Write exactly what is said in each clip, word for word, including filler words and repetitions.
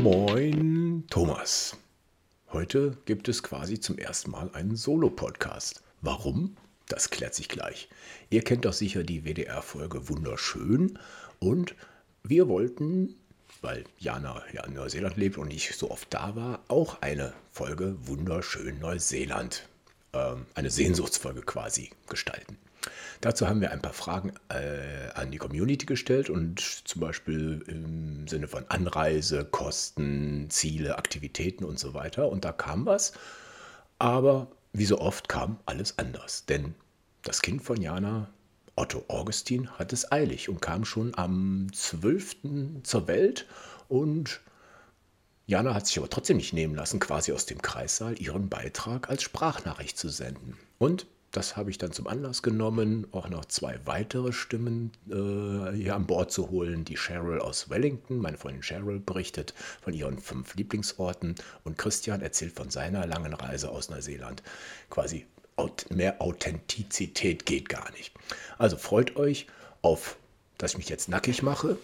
Moin, Thomas. Heute gibt es quasi zum ersten Mal einen Solo-Podcast. Warum? Das klärt sich gleich. Ihr kennt doch sicher die W D R-Folge Wunderschön und wir wollten, weil Jana ja in Neuseeland lebt und nicht so oft da war, auch eine Folge Wunderschön Neuseeland, ähm, eine Sehnsuchtsfolge quasi gestalten. Dazu haben wir ein paar Fragen äh, an die Community gestellt und zum Beispiel im Sinne von Anreise, Kosten, Ziele, Aktivitäten und so weiter. Und da kam was, aber wie so oft kam alles anders. Denn das Kind von Jana, Otto Augustin, hat es eilig und kam schon am zwölften zur Welt. Und Jana hat sich aber trotzdem nicht nehmen lassen, quasi aus dem Kreissaal ihren Beitrag als Sprachnachricht zu senden. Und das habe ich dann zum Anlass genommen, auch noch zwei weitere Stimmen äh, hier an Bord zu holen. Die Cheryl aus Wellington, meine Freundin Cheryl, berichtet von ihren fünf Lieblingsorten und Christian erzählt von seiner langen Reise aus Neuseeland. Quasi mehr Authentizität geht gar nicht. Also freut euch auf, dass ich mich jetzt nackig mache.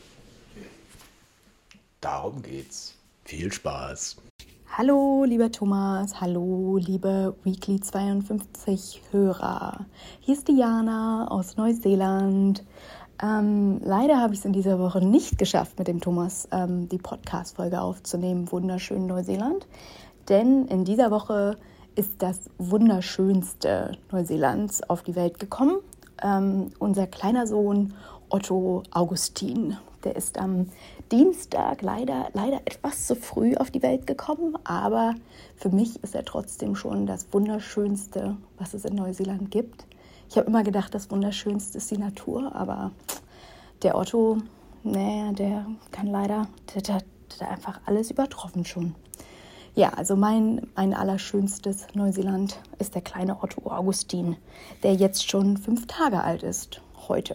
Darum geht's. Viel Spaß. Hallo, lieber Thomas, hallo, liebe Weekly zweiundfünfzig Hörer. Hier ist Diana aus Neuseeland. Ähm, leider habe ich es in dieser Woche nicht geschafft, mit dem Thomas ähm, die Podcast-Folge aufzunehmen, Wunderschön Neuseeland. Denn in dieser Woche ist das wunderschönste Neuseelands auf die Welt gekommen. Ähm, unser kleiner Sohn Otto Augustin. Der ist am Dienstag leider, leider etwas zu früh auf die Welt gekommen, aber für mich ist er trotzdem schon das Wunderschönste, was es in Neuseeland gibt. Ich habe immer gedacht, das Wunderschönste ist die Natur, aber der Otto, nee, der kann leider, der, der, der hat einfach alles übertroffen schon. Ja, also mein, mein allerschönstes Neuseeland ist der kleine Otto Augustin, der jetzt schon fünf Tage alt ist, heute.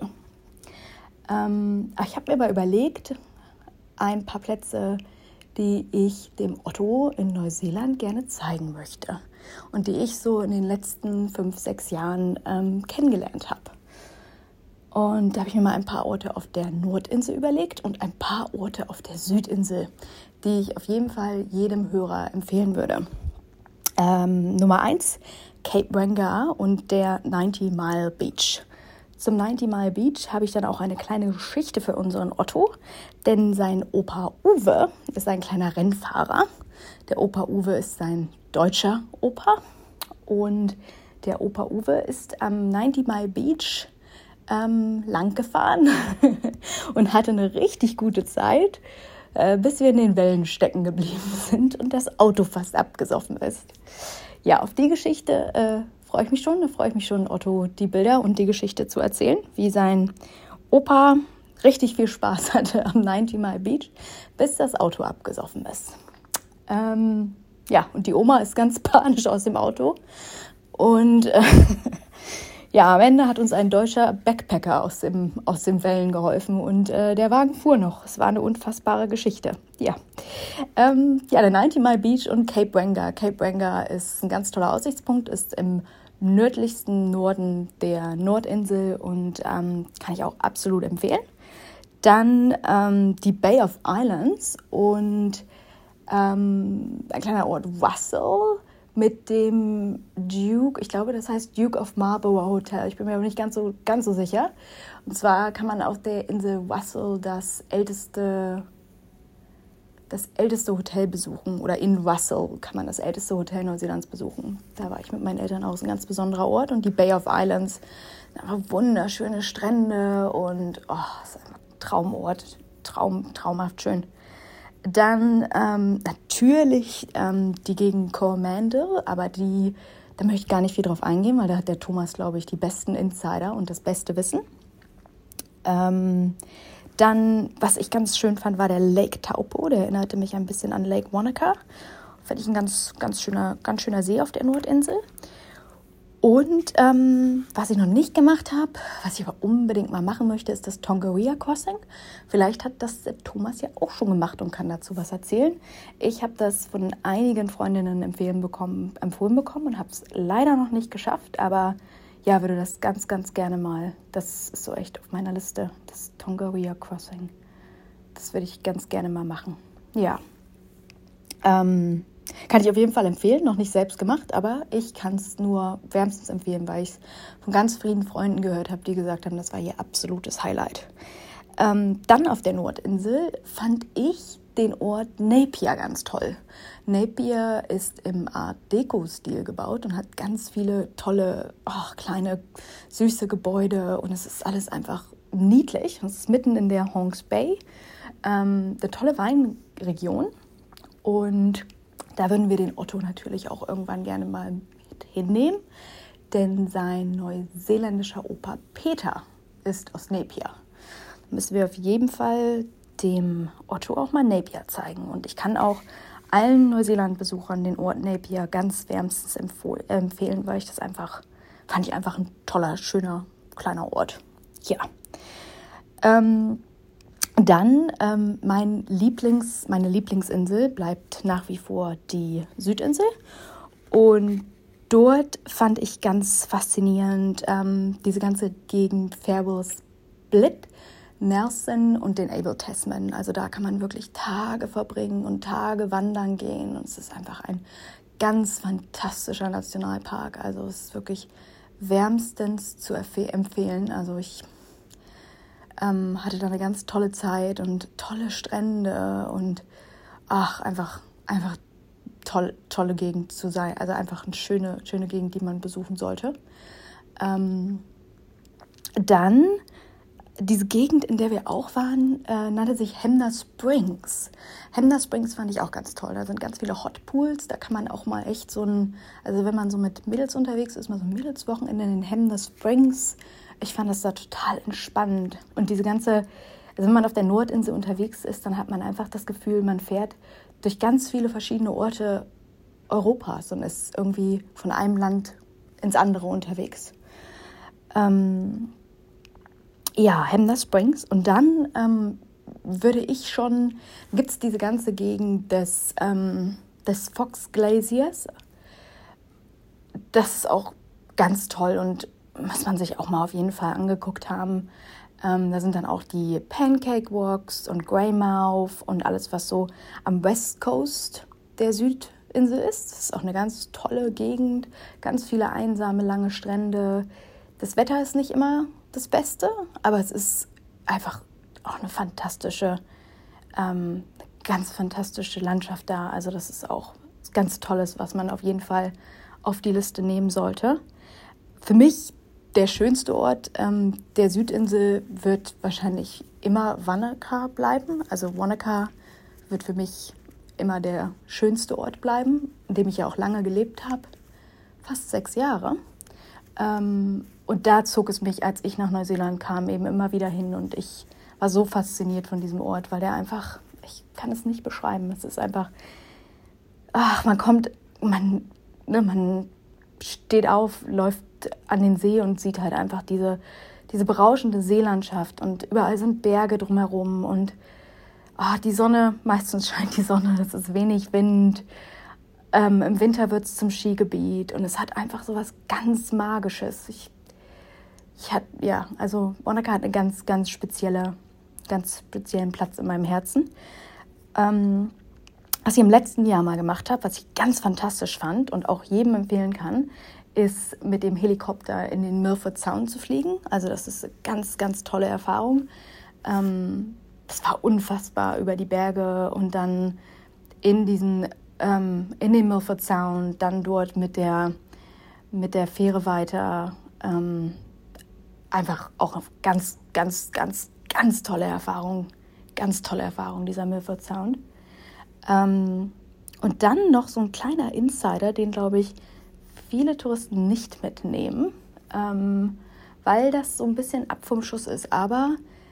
Ähm, ich habe mir aber überlegt, ein paar Plätze, die ich dem Otto in Neuseeland gerne zeigen möchte und die ich so in den letzten fünf, sechs Jahren ähm, kennengelernt habe. Und da habe ich mir mal ein paar Orte auf der Nordinsel überlegt und ein paar Orte auf der Südinsel, die ich auf jeden Fall jedem Hörer empfehlen würde. Ähm, Nummer eins, Cape Wrenga und der ninety Mile Beach. Zum ninety Mile Beach habe ich dann auch eine kleine Geschichte für unseren Otto, denn sein Opa Uwe ist ein kleiner Rennfahrer. Der Opa Uwe ist sein deutscher Opa und der Opa Uwe ist am ninety Mile Beach ähm, lang gefahren und hatte eine richtig gute Zeit, äh, bis wir in den Wellen stecken geblieben sind und das Auto fast abgesoffen ist. Ja, auf die Geschichte äh, freue ich mich schon. Da freue ich mich schon, Otto die Bilder und die Geschichte zu erzählen, wie sein Opa richtig viel Spaß hatte am ninety Mile Beach, bis das Auto abgesoffen ist. Ähm, ja, und die Oma ist ganz panisch aus dem Auto. Und äh, ja, am Ende hat uns ein deutscher Backpacker aus dem, aus den Wellen geholfen und äh, der Wagen fuhr noch. Es war eine unfassbare Geschichte. Ja, ähm, ja, der ninety Mile Beach und Cape Wrenga. Cape Wrenga ist ein ganz toller Aussichtspunkt, ist im nördlichsten Norden der Nordinsel und ähm, kann ich auch absolut empfehlen. Dann ähm, die Bay of Islands und ähm, ein kleiner Ort Russell mit dem Duke, ich glaube, das heißt Duke of Marlborough Hotel. Ich bin mir aber nicht ganz so, ganz so sicher. Und zwar kann man auf der Insel Russell das älteste, das älteste Hotel besuchen. Oder in Russell kann man das älteste Hotel Neuseelands besuchen. Da war ich mit meinen Eltern aus, ein ganz besonderer Ort. Und die Bay of Islands, einfach wunderschöne Strände und oh, ist einfach ein Traumort, Traum, traumhaft schön. Dann ähm, natürlich ähm, die Gegend Coromandel, aber die, da möchte ich gar nicht viel drauf eingehen, weil da hat der Thomas, glaube ich, die besten Insider und das beste Wissen. Ähm, dann, was ich ganz schön fand, war der Lake Taupo, der erinnerte mich ein bisschen an Lake Wanaka. Fand ich ein ganz, ganz schöner, ganz schöner See auf der Nordinsel. Und ähm, was ich noch nicht gemacht habe, was ich aber unbedingt mal machen möchte, ist das Tongariro Crossing. Vielleicht hat das der Thomas ja auch schon gemacht und kann dazu was erzählen. Ich habe das von einigen Freundinnen empfehlen bekommen, empfohlen bekommen und habe es leider noch nicht geschafft. Aber ja, würde das ganz, ganz gerne mal, das ist so echt auf meiner Liste, das Tongariro Crossing. Das würde ich ganz gerne mal machen. Ja, Ähm, kann ich auf jeden Fall empfehlen, noch nicht selbst gemacht, aber ich kann es nur wärmstens empfehlen, weil ich es von ganz vielen Freunden gehört habe, die gesagt haben, das war ihr absolutes Highlight. Ähm, dann auf der Nordinsel fand ich den Ort Napier ganz toll. Napier ist im Art Deco-Stil gebaut und hat ganz viele tolle, oh, kleine, süße Gebäude und es ist alles einfach niedlich. Es ist mitten in der Hawke's Bay, ähm, eine tolle Weinregion und da würden wir den Otto natürlich auch irgendwann gerne mal mit hinnehmen, denn sein neuseeländischer Opa Peter ist aus Napier. Da müssen wir auf jeden Fall dem Otto auch mal Napier zeigen. Und ich kann auch allen Neuseeland-Besuchern den Ort Napier ganz wärmstens empfoh- empfehlen, weil ich das einfach, fand ich einfach ein toller, schöner, kleiner Ort. Ja. Ähm, Dann ähm, mein Lieblings, meine Lieblingsinsel bleibt nach wie vor die Südinsel. Und dort fand ich ganz faszinierend ähm, diese ganze Gegend Farewell Split, Nelson und den Abel Tasman. Also da kann man wirklich Tage verbringen und Tage wandern gehen. Und es ist einfach ein ganz fantastischer Nationalpark. Also es ist wirklich wärmstens zu erf- empfehlen. Also ich Ähm, hatte da eine ganz tolle Zeit und tolle Strände und ach, einfach, einfach toll, tolle Gegend zu sein. Also einfach eine schöne, schöne Gegend, die man besuchen sollte. Ähm, dann diese Gegend, in der wir auch waren, äh, nannte sich Hemna Springs. Hemna Springs fand ich auch ganz toll. Da sind ganz viele Hot Pools. Da kann man auch mal echt so ein, also wenn man so mit Mädels unterwegs ist, mal so ein Mädelswochenende in den Hemna Springs. Ich fand das da total entspannend. Und diese ganze, also wenn man auf der Nordinsel unterwegs ist, dann hat man einfach das Gefühl, man fährt durch ganz viele verschiedene Orte Europas und ist irgendwie von einem Land ins andere unterwegs. Ähm, ja, Hemna Springs. Und dann ähm, würde ich schon, gibt es diese ganze Gegend des, ähm, des Fox Glaciers. Das ist auch ganz toll und muss man sich auch mal auf jeden Fall angeguckt haben. Ähm, da sind dann auch die Pancake Walks und Greymouth und alles, was so am West Coast der Südinsel ist. Das ist auch eine ganz tolle Gegend, ganz viele einsame, lange Strände. Das Wetter ist nicht immer das Beste, aber es ist einfach auch eine fantastische, ähm, ganz fantastische Landschaft da. Also das ist auch ganz Tolles, was man auf jeden Fall auf die Liste nehmen sollte. Für mich der schönste Ort ähm, der Südinsel wird wahrscheinlich immer Wanaka bleiben. Also Wanaka wird für mich immer der schönste Ort bleiben, in dem ich ja auch lange gelebt habe. Fast sechs Jahre. Ähm, und da zog es mich, als ich nach Neuseeland kam, eben immer wieder hin. Und ich war so fasziniert von diesem Ort, weil der einfach, ich kann es nicht beschreiben. Es ist einfach, ach, man kommt, man, ne, man steht auf, läuft an den See und sieht halt einfach diese, diese berauschende Seelandschaft und überall sind Berge drumherum und oh, die Sonne, meistens scheint die Sonne, es ist wenig Wind, ähm, im Winter wird es zum Skigebiet und es hat einfach so was ganz Magisches. Ich, ich hat, ja, also Wanaka hat einen ganz, ganz spezielle, ganz speziellen Platz in meinem Herzen. Ähm, was ich im letzten Jahr mal gemacht habe, was ich ganz fantastisch fand und auch jedem empfehlen kann, ist mit dem Helikopter in den Milford Sound zu fliegen. Also das ist eine ganz, ganz tolle Erfahrung. Ähm, das war unfassbar über die Berge und dann in diesen, ähm, in den Milford Sound, dann dort mit der, mit der Fähre weiter. Ähm, einfach auch eine ganz, ganz, ganz, ganz tolle Erfahrung. Ganz tolle Erfahrung, dieser Milford Sound. Ähm, und dann noch so ein kleiner Insider, den, glaube ich, viele Touristen nicht mitnehmen, ähm, weil das so ein bisschen ab vom Schuss ist. Aber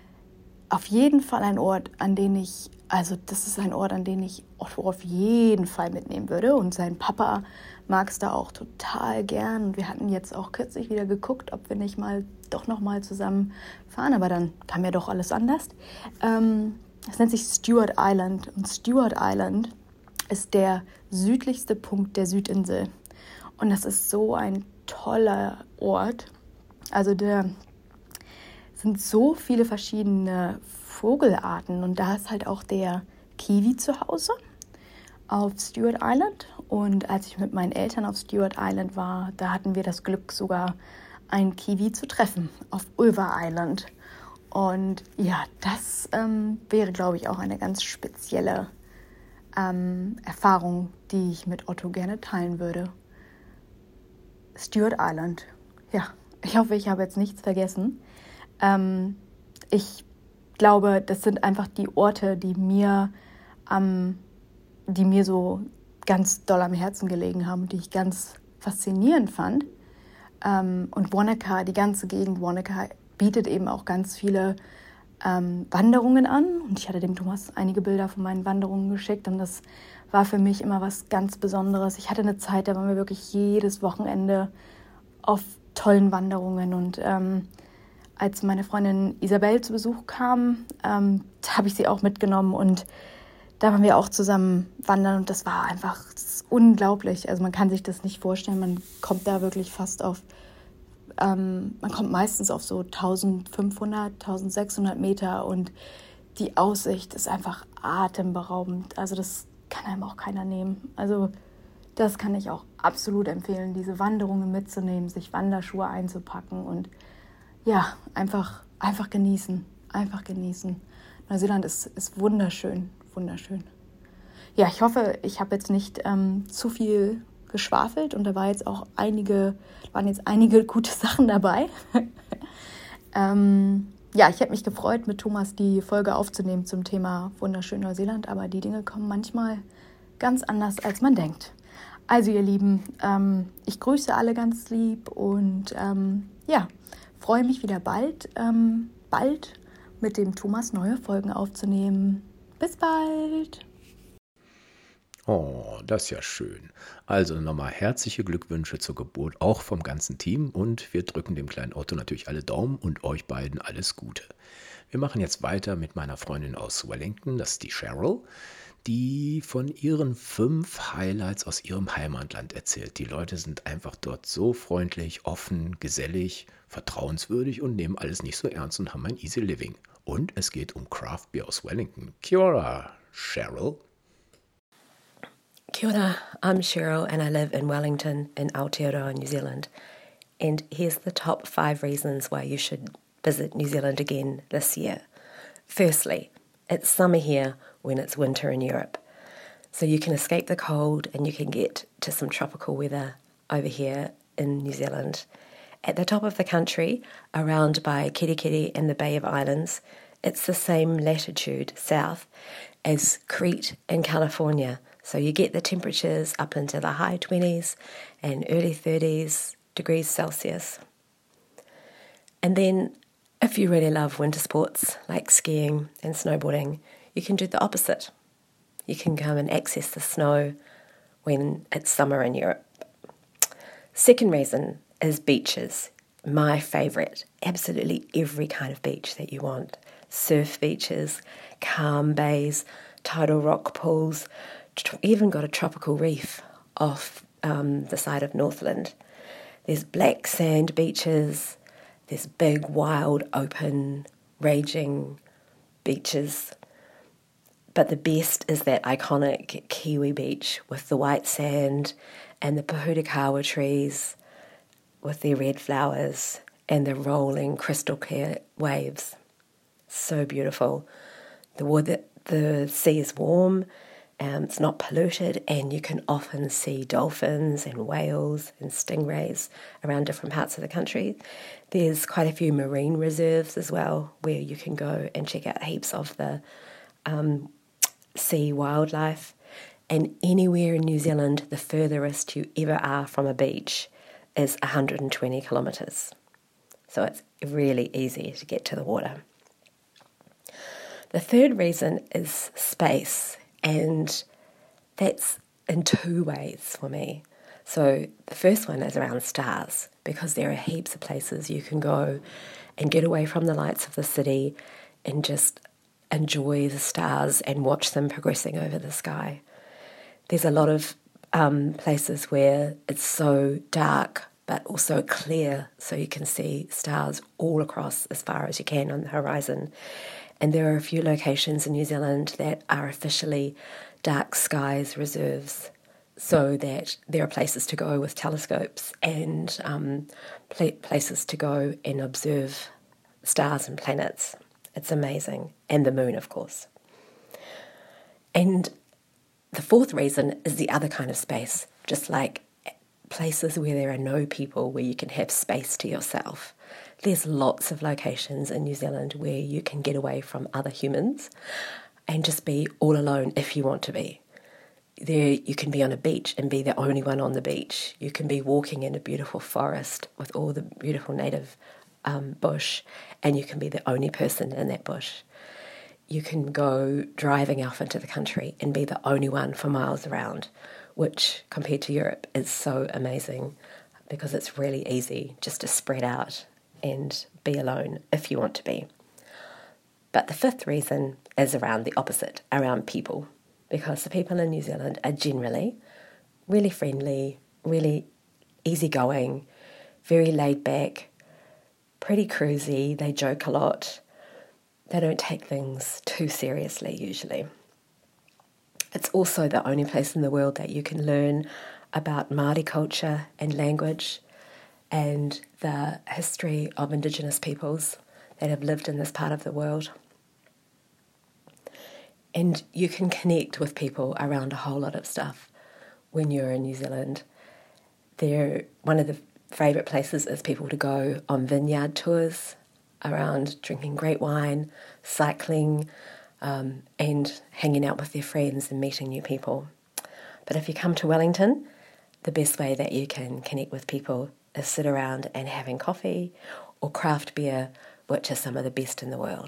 auf jeden Fall ein Ort, an den ich, also das ist ein Ort, an den ich Otto auf jeden Fall mitnehmen würde. Und sein Papa mag es da auch total gern. Und wir hatten jetzt auch kürzlich wieder geguckt, ob wir nicht mal doch noch mal zusammen fahren. Aber dann kam ja doch alles anders. Ähm, das nennt sich Stewart Island. Und Stewart Island ist der südlichste Punkt der Südinsel. Und das ist so ein toller Ort. Also da sind so viele verschiedene Vogelarten. Und da ist halt auch der Kiwi zu Hause. auf Stewart Island. Und als ich mit meinen Eltern auf Stewart Island war, da hatten wir das Glück, sogar einen Kiwi zu treffen auf Ulva Island. Und ja, das ähm, wäre, glaube ich, auch eine ganz spezielle ähm, Erfahrung, die ich mit Otto gerne teilen würde. Stewart Island. Ja, ich hoffe, ich habe jetzt nichts vergessen. Ähm, ich glaube, das sind einfach die Orte, die mir, ähm, die mir so ganz doll am Herzen gelegen haben und die ich ganz faszinierend fand. Ähm, und Wanaka, die ganze Gegend Wanaka, bietet eben auch ganz viele ähm, Wanderungen an. Und ich hatte dem Thomas einige Bilder von meinen Wanderungen geschickt und das war für mich immer was ganz Besonderes. Ich hatte eine Zeit, da waren wir wirklich jedes Wochenende auf tollen Wanderungen und ähm, als meine Freundin Isabel zu Besuch kam, ähm, habe ich sie auch mitgenommen und da waren wir auch zusammen wandern und das war einfach das ist unglaublich. Also man kann sich das nicht vorstellen, man kommt da wirklich fast auf, ähm, man kommt meistens auf so eintausendfünfhundert, eintausendsechshundert Meter und die Aussicht ist einfach atemberaubend. Also das kann einem auch keiner nehmen. Also das kann ich auch absolut empfehlen, diese Wanderungen mitzunehmen, sich Wanderschuhe einzupacken und ja, einfach, einfach genießen, einfach genießen. Neuseeland ist, ist wunderschön, wunderschön. Ja, ich hoffe, ich habe jetzt nicht ähm, zu viel geschwafelt und da war jetzt auch einige, waren jetzt einige gute Sachen dabei. ähm, ja, ich hätte mich gefreut, mit Thomas die Folge aufzunehmen zum Thema wunderschön Neuseeland, aber die Dinge kommen manchmal ganz anders, als man denkt. Also ihr Lieben, ähm, ich grüße alle ganz lieb und ähm, ja, freue mich wieder bald, ähm, bald mit dem Thomas neue Folgen aufzunehmen. Bis bald! Oh, das ist ja schön. Also nochmal herzliche Glückwünsche zur Geburt, auch vom ganzen Team. Und wir drücken dem kleinen Otto natürlich alle Daumen und euch beiden alles Gute. Wir machen jetzt weiter mit meiner Freundin aus Wellington, das ist die Cheryl, die von ihren fünf Highlights aus ihrem Heimatland erzählt. Die Leute sind einfach dort so freundlich, offen, gesellig, vertrauenswürdig und nehmen alles nicht so ernst und haben ein easy living. Und es geht um Craft Beer aus Wellington. Kia ora, Cheryl. Kia ora, I'm Cheryl and I live in Wellington in Aotearoa, New Zealand. And here's the top five reasons why you should visit New Zealand again this year. Firstly, it's summer here when it's winter in Europe. So you can escape the cold and you can get to some tropical weather over here in New Zealand. At the top of the country, around by Kirikiri and the Bay of Islands, it's the same latitude south as Crete and California. So you get the temperatures up into the high twenties and early thirties degrees Celsius. And then if you really love winter sports like skiing and snowboarding, you can do the opposite. You can come and access the snow when it's summer in Europe. Second reason is beaches. My favourite, absolutely every kind of beach that you want. Surf beaches, calm bays, tidal rock pools, even got a tropical reef off um, the side of Northland. There's black sand beaches, there's big, wild, open, raging beaches. But the best is that iconic Kiwi beach with the white sand and the Pohutukawa trees with their red flowers and the rolling crystal clear waves. So beautiful. The water, the sea is warm, um, it's not polluted, and you can often see dolphins and whales and stingrays around different parts of the country. There's quite a few marine reserves as well where you can go and check out heaps of the um, sea wildlife. And anywhere in New Zealand, the furthest you ever are from a beach is one hundred twenty kilometres. So it's really easy to get to the water. The third reason is space, and that's in two ways for me. So the first one is around stars, because there are heaps of places you can go and get away from the lights of the city and just enjoy the stars and watch them progressing over the sky. There's a lot of um, places where it's so dark but also clear, so you can see stars all across as far as you can on the horizon. And there are a few locations in New Zealand that are officially dark skies reserves, so that there are places to go with telescopes and um, pl- places to go and observe stars and planets. It's amazing. And the moon, of course. And the fourth reason is the other kind of space, just like places where there are no people, where you can have space to yourself. There's lots of locations in New Zealand where you can get away from other humans and just be all alone if you want to be. There you can be on a beach and be the only one on the beach. You can be walking in a beautiful forest with all the beautiful native um, bush, and you can be the only person in that bush. You can go driving off into the country and be the only one for miles around, which compared to Europe is so amazing because it's really easy just to spread out and be alone if you want to be. But the fifth reason is around the opposite, around people, because the people in New Zealand are generally really friendly, really easygoing, very laid back, pretty cruisy. They joke a lot. They don't take things too seriously usually. It's also the only place in the world that you can learn about Māori culture and language and the history of Indigenous peoples that have lived in this part of the world. And you can connect with people around a whole lot of stuff when you're in New Zealand. They're, one of the favourite places is people to go on vineyard tours around drinking great wine, cycling, um, and hanging out with their friends and meeting new people. But if you come to Wellington, the best way that you can connect with people is sit around and having coffee or craft beer, which are some of the best in the world.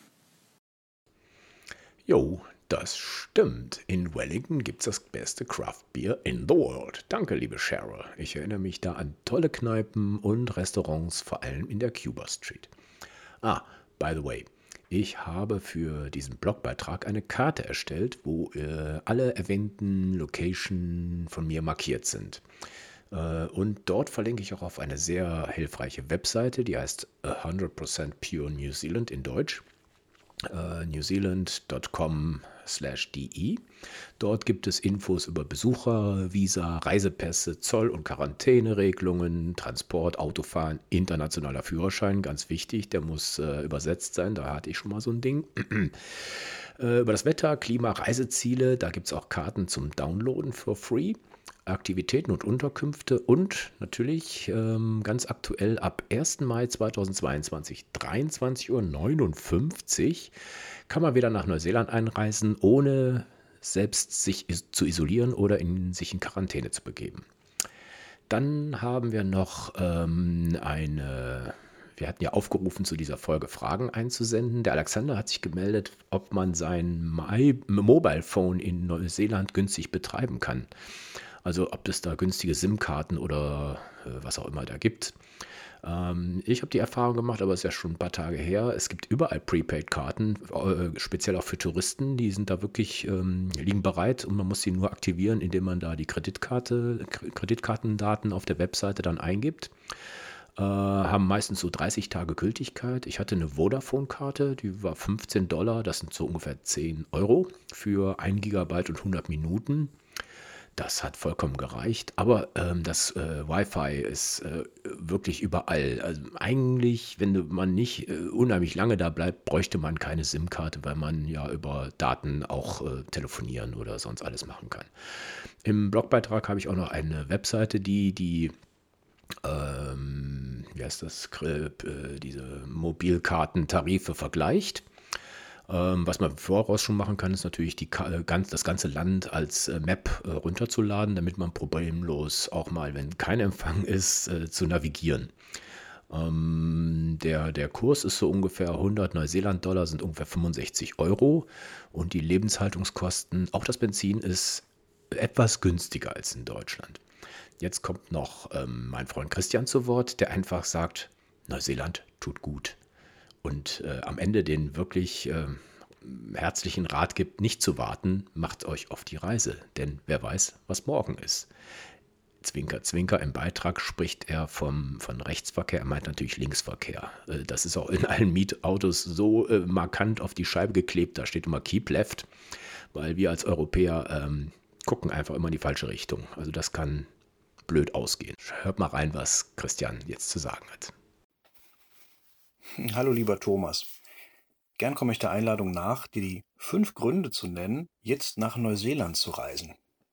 Jo, das stimmt. In Wellington gibt's das beste Craft Beer in the world. Danke, liebe Cheryl. Ich erinnere mich da an tolle Kneipen und Restaurants, vor allem in der Cuba Street. Ah, by the way, ich habe für diesen Blogbeitrag eine Karte erstellt, wo äh, alle erwähnten Locations von mir markiert sind. Äh, und dort verlinke ich auch auf eine sehr hilfreiche Webseite, die heißt hundert percent Pure New Zealand in Deutsch. Uh, newzealand dot com slash d e. Dort gibt es Infos über Besucher, Visa, Reisepässe, Zoll- und Quarantäneregelungen, Transport, Autofahren, internationaler Führerschein, ganz wichtig, der muss äh, übersetzt sein, da hatte ich schon mal so ein Ding. äh, über das Wetter, Klima, Reiseziele, da gibt es auch Karten zum Downloaden for free. Aktivitäten und Unterkünfte und natürlich ähm, ganz aktuell ab ersten Mai zweitausendzweiundzwanzig, dreiundzwanzig Uhr neunundfünfzig, kann man wieder nach Neuseeland einreisen, ohne selbst sich is- zu isolieren oder in, sich in Quarantäne zu begeben. Dann haben wir noch ähm, eine... Wir hatten ja aufgerufen, zu dieser Folge Fragen einzusenden. Der Alexander hat sich gemeldet, ob man sein My- Mobile Phone in Neuseeland günstig betreiben kann. Also ob es da günstige SIM-Karten oder äh, was auch immer da gibt. Ähm, ich habe die Erfahrung gemacht, aber es ist ja schon ein paar Tage her. Es gibt überall Prepaid-Karten, äh, speziell auch für Touristen. Die sind da wirklich, ähm, liegen bereit und man muss sie nur aktivieren, indem man da die Kreditkarte, Kreditkartendaten auf der Webseite dann eingibt. Äh, haben meistens so dreißig Tage Gültigkeit. Ich hatte eine Vodafone-Karte, die war fünfzehn Dollar, das sind so ungefähr zehn Euro für ein Gigabyte und hundert Minuten. Das hat vollkommen gereicht, aber ähm, das äh, Wi-Fi ist äh, wirklich überall. Also eigentlich, wenn man nicht äh, unheimlich lange da bleibt, bräuchte man keine SIM-Karte, weil man ja über Daten auch äh, telefonieren oder sonst alles machen kann. Im Blogbeitrag habe ich auch noch eine Webseite, die die ähm, wie heißt das, äh, diese Mobilkartentarife vergleicht. Was man im Voraus schon machen kann, ist natürlich die, ganz, das ganze Land als Map runterzuladen, damit man problemlos auch mal, wenn kein Empfang ist, zu navigieren. Der, der Kurs ist so ungefähr hundert Neuseeland-Dollar, sind ungefähr fünfundsechzig Euro. Und die Lebenshaltungskosten, auch das Benzin, ist etwas günstiger als in Deutschland. Jetzt kommt noch ähm, mein Freund Christian zu Wort, der einfach sagt, Neuseeland tut gut. Und äh, am Ende den wirklich äh, herzlichen Rat gibt, nicht zu warten, macht euch auf die Reise. Denn wer weiß, was morgen ist. Zwinker, Zwinker, im Beitrag spricht er vom, von Rechtsverkehr, er meint natürlich Linksverkehr. Äh, das ist auch in allen Mietautos so äh, markant auf die Scheibe geklebt, da steht immer Keep Left. weil wir als Europäer ähm, gucken einfach immer in die falsche Richtung. Also das kann blöd ausgehen. Hört mal rein, was Christian jetzt zu sagen hat. Hallo lieber Thomas. Gern komme ich der Einladung nach, dir die fünf Gründe zu nennen, jetzt nach Neuseeland zu reisen.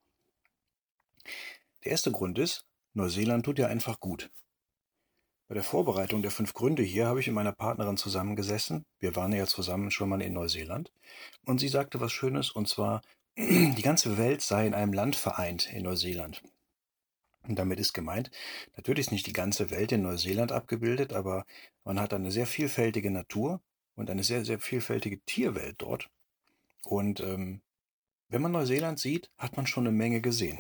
Der erste Grund ist, Neuseeland tut dir einfach gut. Bei der Vorbereitung der fünf Gründe hier habe ich mit meiner Partnerin zusammengesessen. Wir waren ja zusammen schon mal in Neuseeland. Und sie sagte was Schönes, und zwar, die ganze Welt sei in einem Land vereint in Neuseeland. Und damit ist gemeint, natürlich ist nicht die ganze Welt in Neuseeland abgebildet, aber man hat eine sehr vielfältige Natur und eine sehr, sehr vielfältige Tierwelt dort. Und ähm, wenn man Neuseeland sieht, hat man schon eine Menge gesehen.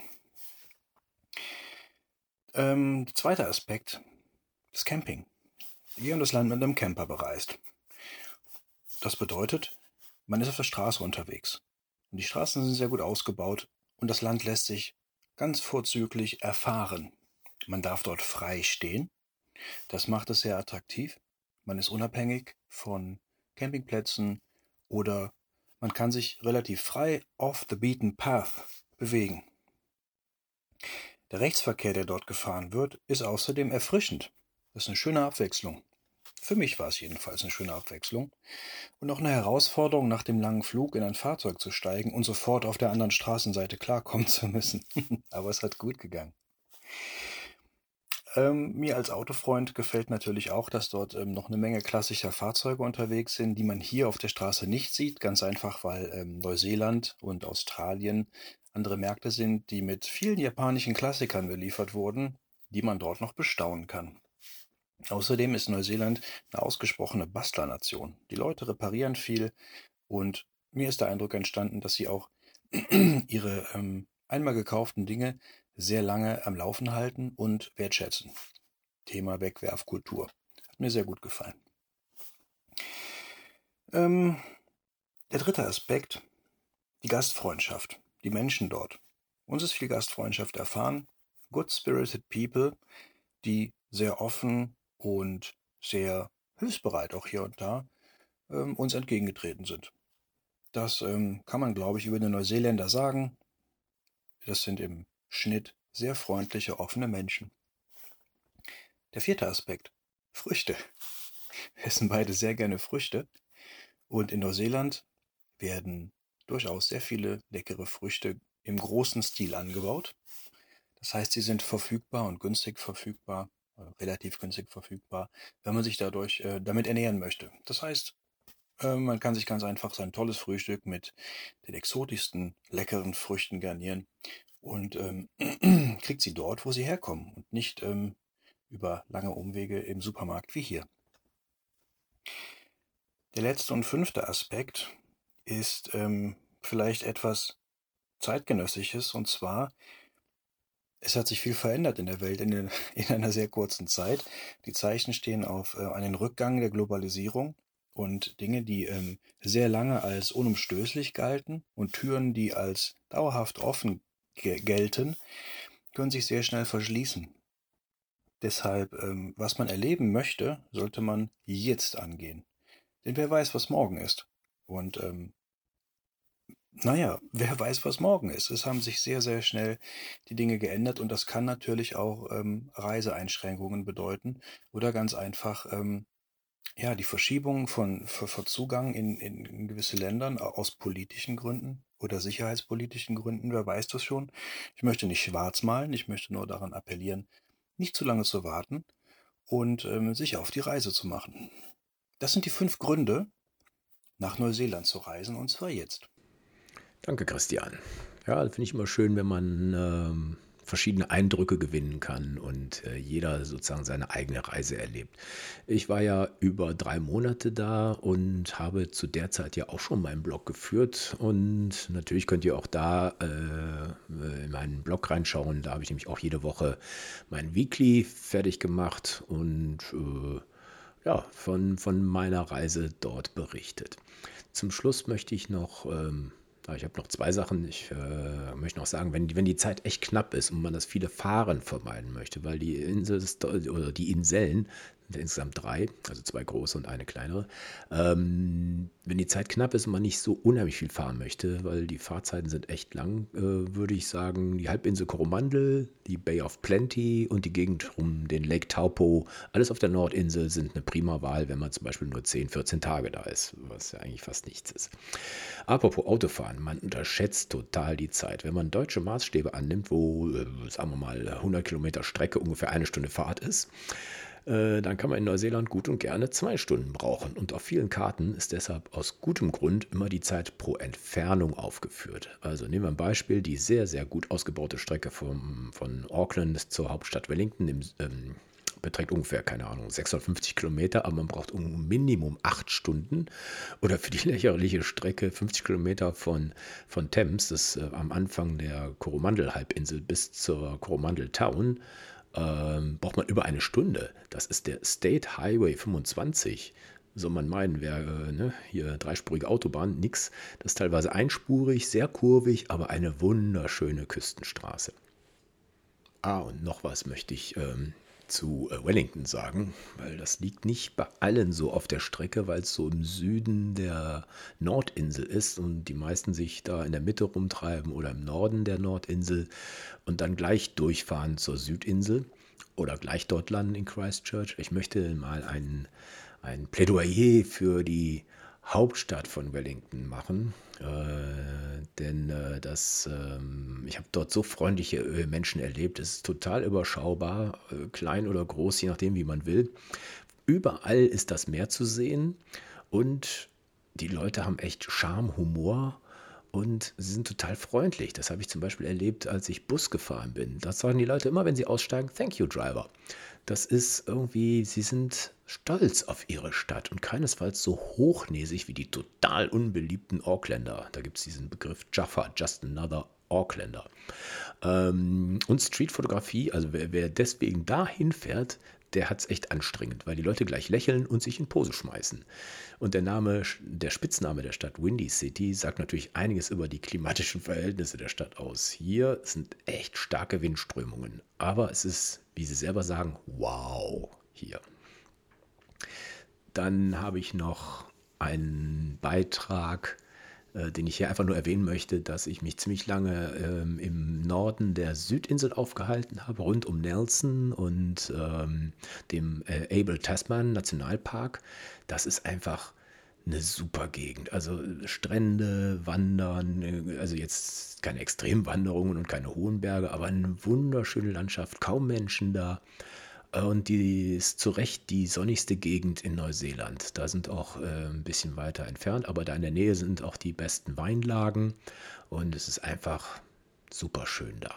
Ähm, der zweite Aspekt, das Camping. Wir haben das Land mit einem Camper bereist. Das bedeutet, man ist auf der Straße unterwegs. Und die Straßen sind sehr gut ausgebaut und das Land lässt sich ganz vorzüglich erfahren. Man darf dort frei stehen. Das macht es sehr attraktiv. Man ist unabhängig von Campingplätzen oder man kann sich relativ frei off the beaten path bewegen. Der Rechtsverkehr, der dort gefahren wird, ist außerdem erfrischend. Das ist eine schöne Abwechslung. Für mich war es jedenfalls eine schöne Abwechslung. Und auch eine Herausforderung, nach dem langen Flug in ein Fahrzeug zu steigen und sofort auf der anderen Straßenseite klarkommen zu müssen. Aber es hat gut gegangen. Ähm, mir als Autofreund gefällt natürlich auch, dass dort ähm, noch eine Menge klassischer Fahrzeuge unterwegs sind, die man hier auf der Straße nicht sieht. Ganz einfach, weil ähm, Neuseeland und Australien andere Märkte sind, die mit vielen japanischen Klassikern beliefert wurden, die man dort noch bestaunen kann. Außerdem ist Neuseeland eine ausgesprochene Bastlernation. Die Leute reparieren viel und mir ist der Eindruck entstanden, dass sie auch ihre ähm, einmal gekauften Dinge sehr lange am Laufen halten und wertschätzen. Thema Wegwerfkultur. Hat mir sehr gut gefallen. Ähm, der dritte Aspekt, die Gastfreundschaft, die Menschen dort. Uns ist viel Gastfreundschaft erfahren. Good-spirited people, die sehr offen und sehr hilfsbereit auch hier und da ähm, uns entgegengetreten sind. Das ähm, kann man, glaube ich, über den Neuseeländer sagen. Das sind im Schnitt sehr freundliche, offene Menschen. Der vierte Aspekt, Früchte. Wir essen beide sehr gerne Früchte. Und in Neuseeland werden durchaus sehr viele leckere Früchte im großen Stil angebaut. Das heißt, sie sind verfügbar und günstig verfügbar, äh, relativ günstig verfügbar, wenn man sich dadurch äh, damit ernähren möchte. Das heißt, äh, man kann sich ganz einfach sein tolles Frühstück mit den exotischsten leckeren Früchten garnieren und ähm, kriegt sie dort, wo sie herkommen und nicht ähm, über lange Umwege im Supermarkt wie hier. Der letzte und fünfte Aspekt ist ähm, vielleicht etwas Zeitgenössisches, und zwar, es hat sich viel verändert in der Welt in, den, in einer sehr kurzen Zeit. Die Zeichen stehen auf äh, einen Rückgang der Globalisierung und Dinge, die ähm, sehr lange als unumstößlich galten und Türen, die als dauerhaft offen ge- gelten, können sich sehr schnell verschließen. Deshalb, ähm, was man erleben möchte, sollte man jetzt angehen. Denn wer weiß, was morgen ist. Und ähm, naja, wer weiß, was morgen ist. Es haben sich sehr, sehr schnell die Dinge geändert und das kann natürlich auch ähm, Reiseeinschränkungen bedeuten oder ganz einfach ähm, ja, die Verschiebung von, von, von Zugang in, in, in gewisse Ländern aus politischen Gründen oder sicherheitspolitischen Gründen. Wer weiß das schon. Ich möchte nicht schwarz malen, ich möchte nur daran appellieren, nicht zu lange zu warten und ähm, sich auf die Reise zu machen. Das sind die fünf Gründe, nach Neuseeland zu reisen, und zwar jetzt. Danke, Christian. Ja, finde ich immer schön, wenn man ähm, verschiedene Eindrücke gewinnen kann und äh, jeder sozusagen seine eigene Reise erlebt. Ich war ja über drei Monate da und habe zu der Zeit ja auch schon meinen Blog geführt und natürlich könnt ihr auch da äh, in meinen Blog reinschauen. Da habe ich nämlich auch jede Woche mein Weekly fertig gemacht und äh, ja, von, von meiner Reise dort berichtet. Zum Schluss möchte ich noch ähm, Aber ich habe noch zwei Sachen. Ich äh, möchte noch sagen, wenn die, wenn die Zeit echt knapp ist und man das viele Fahren vermeiden möchte, weil die Insel ist, oder die Inseln sind insgesamt drei, also zwei große und eine kleinere. Ähm, wenn die Zeit knapp ist und man nicht so unheimlich viel fahren möchte, weil die Fahrzeiten sind echt lang, äh, würde ich sagen, die Halbinsel Coromandel, die Bay of Plenty und die Gegend um den Lake Taupo, alles auf der Nordinsel sind eine prima Wahl, wenn man zum Beispiel nur zehn, vierzehn Tage da ist, was ja eigentlich fast nichts ist. Apropos Autofahren, man unterschätzt total die Zeit. Wenn man deutsche Maßstäbe annimmt, wo, äh, sagen wir mal, hundert Kilometer Strecke ungefähr eine Stunde Fahrt ist, äh, dann kann man in Neuseeland gut und gerne zwei Stunden brauchen. Und auf vielen Karten ist deshalb aus gutem Grund immer die Zeit pro Entfernung aufgeführt. Also nehmen wir ein Beispiel, die sehr, sehr gut ausgebaute Strecke vom, von Auckland zur Hauptstadt Wellington im ähm, beträgt ungefähr, keine Ahnung, sechshundertfünfzig Kilometer, aber man braucht um Minimum acht Stunden. Oder für die lächerliche Strecke fünfzig Kilometer von, von Thames, das äh, am Anfang der Coromandel-Halbinsel bis zur Coromandel Town, ähm, braucht man über eine Stunde. Das ist der State Highway fünfundzwanzig. Soll man meinen, wäre äh, ne, hier dreispurige Autobahn, nix. Das ist teilweise einspurig, sehr kurvig, aber eine wunderschöne Küstenstraße. Ah, und noch was möchte ich ähm, zu äh, Wellington sagen, weil das liegt nicht bei allen so auf der Strecke, weil es so im Süden der Nordinsel ist und die meisten sich da in der Mitte rumtreiben oder im Norden der Nordinsel und dann gleich durchfahren zur Südinsel oder gleich dort landen in Christchurch. Ich möchte mal ein, ein Plädoyer für die Hauptstadt von Wellington machen, äh, denn äh, das, ähm, ich habe dort so freundliche äh, Menschen erlebt. Es ist total überschaubar, äh, klein oder groß, je nachdem, wie man will. Überall ist das Meer zu sehen und die Leute haben echt Charme, Humor und sie sind total freundlich. Das habe ich zum Beispiel erlebt, als ich Bus gefahren bin. Das sagen die Leute immer, wenn sie aussteigen, Thank you, Driver. Das ist irgendwie, sie sind stolz auf ihre Stadt und keinesfalls so hochnäsig wie die total unbeliebten Auckländer. Da gibt es diesen Begriff Jaffa, just another Auckländer. Ähm, und Streetfotografie, also wer, wer deswegen dahin fährt, der hat es echt anstrengend, weil die Leute gleich lächeln und sich in Pose schmeißen. Und der Name, der Spitzname der Stadt Windy City sagt natürlich einiges über die klimatischen Verhältnisse der Stadt aus. Hier sind echt starke Windströmungen, aber es ist, wie sie selber sagen, wow hier. Dann habe ich noch einen Beitrag, äh, den ich hier einfach nur erwähnen möchte, dass ich mich ziemlich lange ähm, im Norden der Südinsel aufgehalten habe, rund um Nelson und ähm, dem äh, Abel Tasman Nationalpark. Das ist einfach eine super Gegend. Also Strände, Wandern, also jetzt keine Extremwanderungen und keine hohen Berge, aber eine wunderschöne Landschaft, kaum Menschen da. Und die ist zu Recht die sonnigste Gegend in Neuseeland. Da sind auch äh, ein bisschen weiter entfernt, aber da in der Nähe sind auch die besten Weinlagen und es ist einfach super schön da.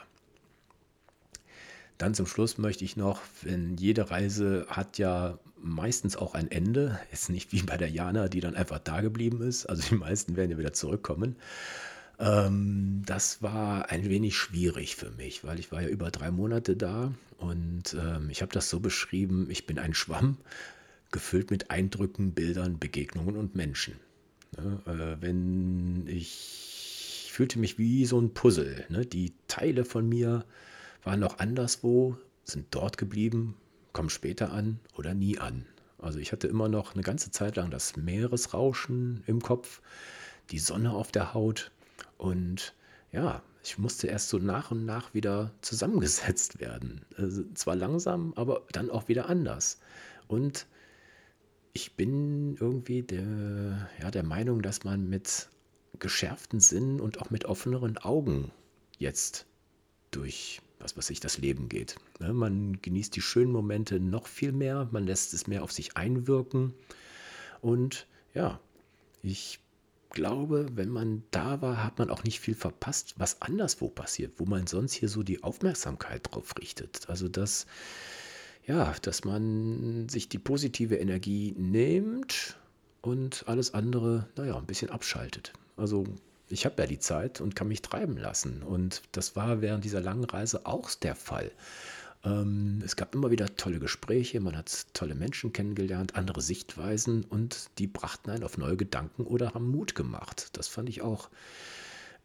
Dann zum Schluss möchte ich noch, wenn jede Reise hat ja meistens auch ein Ende, ist nicht wie bei der Jana, die dann einfach da geblieben ist, also die meisten werden ja wieder zurückkommen. Ähm, das war ein wenig schwierig für mich, weil ich war ja über drei Monate da und ähm, ich habe das so beschrieben, ich bin ein Schwamm, gefüllt mit Eindrücken, Bildern, Begegnungen und Menschen. Ne? Äh, wenn ich, ich fühlte mich wie so ein Puzzle. Ne? Die Teile von mir waren noch anderswo, sind dort geblieben, kommen später an oder nie an. Also ich hatte immer noch eine ganze Zeit lang das Meeresrauschen im Kopf, die Sonne auf der Haut. Und ja, ich musste erst so nach und nach wieder zusammengesetzt werden. Also zwar langsam, aber dann auch wieder anders. Und ich bin irgendwie der, ja, der Meinung, dass man mit geschärften Sinnen und auch mit offeneren Augen jetzt durch, was weiß ich, das Leben geht. Ne, man genießt die schönen Momente noch viel mehr, man lässt es mehr auf sich einwirken. Und ja, ich glaube, wenn man da war, hat man auch nicht viel verpasst, was anderswo passiert, wo man sonst hier so die Aufmerksamkeit drauf richtet. Also dass, ja, dass man sich die positive Energie nimmt und alles andere, naja, ein bisschen abschaltet. Also ich habe ja die Zeit und kann mich treiben lassen. Und das war während dieser langen Reise auch der Fall. Ähm, es gab immer wieder tolle Gespräche, man hat tolle Menschen kennengelernt, andere Sichtweisen und die brachten einen auf neue Gedanken oder haben Mut gemacht. Das fand ich auch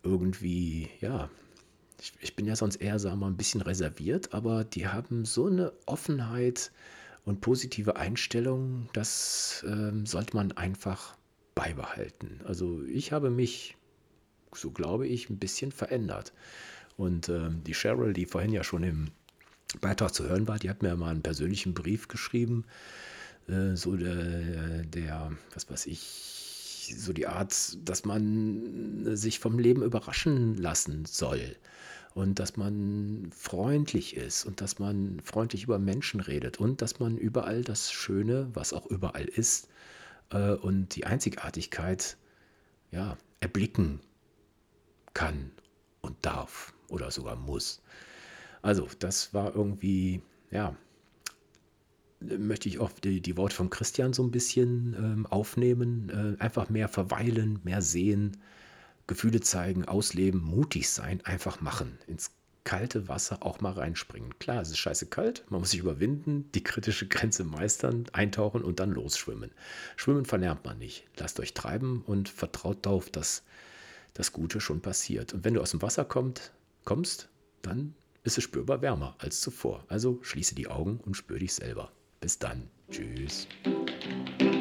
irgendwie, ja, ich, ich bin ja sonst eher, sagen wir mal, ein bisschen reserviert, aber die haben so eine Offenheit und positive Einstellung, das ähm, sollte man einfach beibehalten. Also ich habe mich, so glaube ich, ein bisschen verändert. Und ähm, die Cheryl, die vorhin ja schon im Beitrag zu hören war, die hat mir mal einen persönlichen Brief geschrieben, äh, so der, der, was weiß ich, so die Art, dass man sich vom Leben überraschen lassen soll und dass man freundlich ist und dass man freundlich über Menschen redet und dass man überall das Schöne, was auch überall ist, äh, und die Einzigartigkeit, ja, erblicken kann und darf oder sogar muss. Also, das war irgendwie, ja, möchte ich auch die, die Worte von Christian so ein bisschen ähm, aufnehmen. Äh, einfach mehr verweilen, mehr sehen, Gefühle zeigen, ausleben, mutig sein, einfach machen. Ins kalte Wasser auch mal reinspringen. Klar, es ist scheiße kalt, man muss sich überwinden, die kritische Grenze meistern, eintauchen und dann losschwimmen. Schwimmen verlernt man nicht. Lasst euch treiben und vertraut darauf, dass das Gute schon passiert. Und wenn du aus dem Wasser kommt, kommst, dann ist es spürbar wärmer als zuvor. Also schließe die Augen und spür dich selber. Bis dann. Tschüss.